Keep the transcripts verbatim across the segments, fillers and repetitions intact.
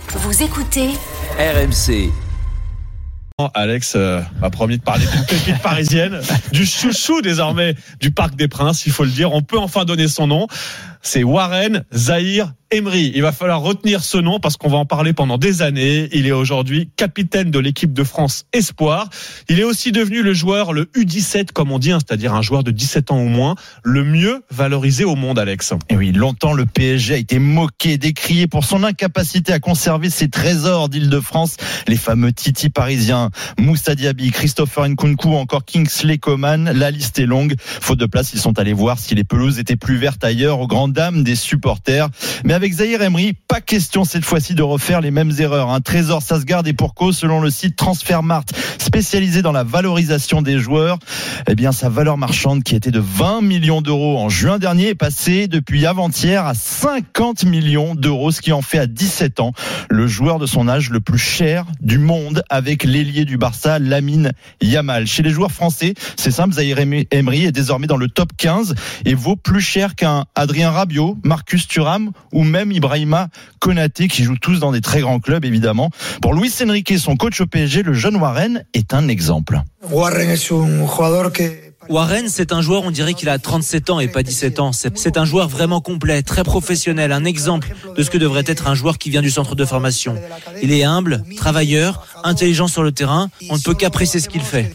Vous écoutez R M C. Alex euh, a promis de parler d'une pépite parisienne, du chouchou désormais du Parc des Princes, il faut le dire. On peut enfin donner son nom. C'est Warren Zahir Emery. Il va falloir retenir ce nom parce qu'on va en parler pendant des années. Il est aujourd'hui capitaine de l'équipe de France Espoir. Il est aussi devenu le joueur, le U dix-sept comme on dit, hein, c'est-à-dire un joueur de dix-sept ans ou moins, le mieux valorisé au monde, Alex. Et oui, longtemps le P S G a été moqué, décrié pour son incapacité à conserver ses trésors d'Île-de-France, les fameux Titi parisiens, Moussa Diaby, Christopher Nkunku, encore Kingsley Coman. La liste est longue. Faute de place, ils sont allés voir si les pelouses étaient plus vertes ailleurs, aux grandes dames des supporters. Mais avec Zahir Emery, pas question cette fois-ci de refaire les mêmes erreurs. Un trésor, ça se garde, et pour cause, selon le site Transfermarkt, spécialisé dans la valorisation des joueurs, eh bien sa valeur marchande qui était de vingt millions d'euros en juin dernier est passée depuis avant-hier à cinquante millions d'euros, ce qui en fait à dix-sept ans le joueur de son âge le plus cher du monde, avec l'ailier du Barça, Lamine Yamal. Chez les joueurs français, c'est simple, Zahir Emery est désormais dans le top quinze et vaut plus cher qu'un Adrien Rabiot, Marcus Thuram ou même Ibrahima Konaté, qui jouent tous dans des très grands clubs évidemment. Pour Luis Enrique, son coach au P S G, le jeune Warren est un exemple. Warren est un joueur que... Warren, c'est un joueur, on dirait qu'il a trente-sept ans et pas dix-sept ans. C'est, c'est un joueur vraiment complet, très professionnel, un exemple de ce que devrait être un joueur qui vient du centre de formation. Il est humble, travailleur, intelligent sur le terrain. On ne peut qu'apprécier ce qu'il fait.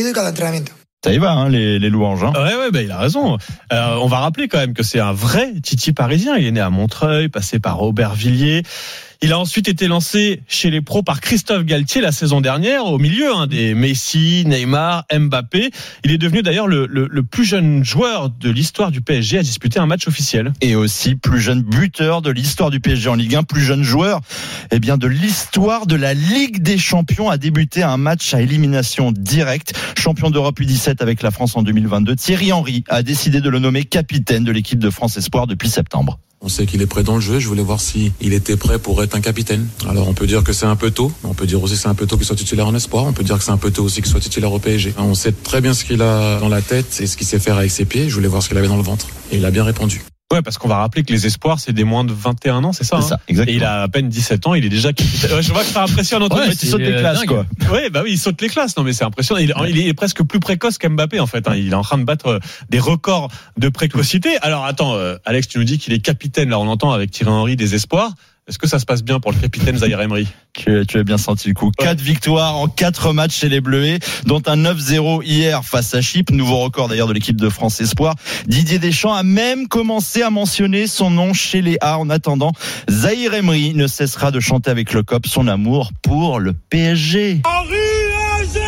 Ça y va, hein, les, les louanges. Hein. Ouais, ouais, bah, il a raison. Euh, on va rappeler quand même que c'est un vrai Titi parisien. Il est né à Montreuil, passé par Aubervilliers. Il a ensuite été lancé chez les pros par Christophe Galtier la saison dernière, au milieu hein, des Messi, Neymar, Mbappé. Il est devenu d'ailleurs le, le, le plus jeune joueur de l'histoire du P S G à disputer un match officiel. Et aussi plus jeune buteur de l'histoire du P S G en Ligue un, plus jeune joueur eh bien, de l'histoire de la Ligue des Champions à débuter un match à élimination directe. Champion d'Europe U dix-sept avec la France en deux mille vingt-deux, Thierry Henry a décidé de le nommer capitaine de l'équipe de France Espoir depuis septembre. On sait qu'il est prêt dans le jeu. Je voulais voir si il était prêt pour être un capitaine. Alors on peut dire que c'est un peu tôt. On peut dire aussi que c'est un peu tôt qu'il soit titulaire en Espoir. On peut dire que c'est un peu tôt aussi qu'il soit titulaire au P S G. On sait très bien ce qu'il a dans la tête et ce qu'il sait faire avec ses pieds. Je voulais voir ce qu'il avait dans le ventre. Et il a bien répondu. Ouais, parce qu'on va rappeler que les espoirs, c'est des moins de vingt et un ans, c'est ça, c'est hein ça, exactement. Et il a à peine dix-sept ans, il est déjà capitaine. Je vois que ça impressionne entre ouais, il saute les classes, quoi. Ouais, bah oui, il saute les classes. Non, mais c'est impressionnant. Il, il est presque plus précoce qu'Mbappé, en fait. Hein. Il est en train de battre des records de précocité. Alors, attends, euh, Alex, tu nous dis qu'il est capitaine. Là, on l'entend avec Thierry Henry des espoirs. Est-ce que ça se passe bien pour le capitaine Zahir Emery? Tu, tu as bien senti le coup. Ouais. Quatre victoires en quatre matchs chez les Bleuets, dont un neuf zéro hier face à Chypre. Nouveau record d'ailleurs de l'équipe de France Espoir. Didier Deschamps a même commencé à mentionner son nom chez les A. En attendant, Zahir Emery ne cessera de chanter avec le C O P son amour pour le P S G. Henri P S G,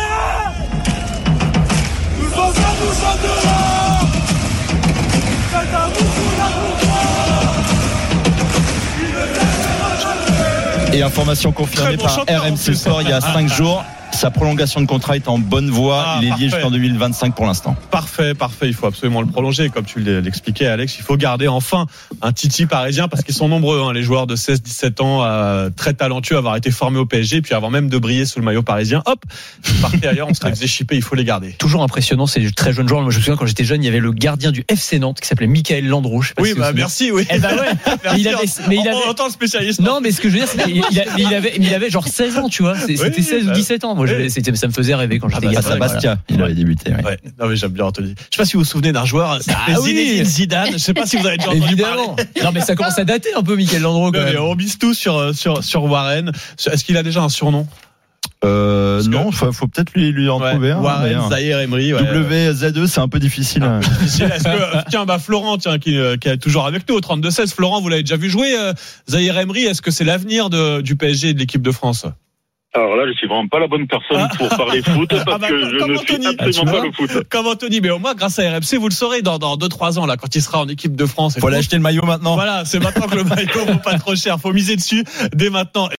nous sommes à nous chantera. C'est à vous pour la Et information confirmée par R M C Sport il y a cinq jours. Sa prolongation de contrat est en bonne voie. Ah, il est lié jusqu'en deux mille vingt-cinq pour l'instant. Parfait, parfait. Il faut absolument le prolonger. Comme tu l'expliquais, Alex, il faut garder enfin un Titi parisien parce qu'ils sont nombreux, hein, les joueurs de seize dix-sept ans, euh, très talentueux, avoir été formés au P S G, puis avant même de briller sous le maillot parisien. Hop, ils partaient ailleurs, on se les faisait chipper, il faut les garder. Toujours impressionnant, c'est des très jeunes joueurs. Moi, je me souviens quand j'étais jeune, il y avait le gardien du F C Nantes qui s'appelait Michael Landreau. Oui, bah merci, oui. Eh ben ouais. Merci, il avait, mais il avait... On entend le spécialiste. Non, mais ce que je veux dire, c'est qu'il il, il avait, il avait genre seize ans, tu vois. C'était oui, seize bah, ou dix-sept ans. Moi, oui. c'était, ça me faisait rêver quand j'étais ah bah, gamin. À Bastia, voilà. Il avait débuté. Ouais. Ouais. Non mais j'aime bien Anthony. Je sais pas si vous vous souvenez d'un joueur, ah, Zinedine oui. Zidane. Je sais pas si vous avez déjà entendu Évidemment. parler. Non mais ça commence à dater un peu, Michael Landreau. Quand même. On mise tout sur sur sur Warren. Est-ce qu'il a déjà un surnom? Euh, non, faut, faut peut-être lui, lui en ouais, trouver un. Warren Zahir Emery. Ouais. W Z E, c'est un peu difficile. Ah, difficile. Est-ce que, tiens, bah, Florent, tiens, qui, qui est toujours avec nous au trente-deux seize. Florent, vous l'avez déjà vu jouer, euh, Zahir Emery. Est-ce que c'est l'avenir de, du P S G et de l'équipe de France? Alors là, je suis vraiment pas la bonne personne pour parler foot parce ah bah, que je ne Anthony, suis absolument pas le foot. Comme Anthony, mais au moins grâce à R M C, vous le saurez dans dans deux trois ans là, quand il sera en équipe de France. Faut l'acheter le maillot maintenant. Voilà, c'est maintenant que le maillot vaut pas trop cher. Faut miser dessus dès maintenant.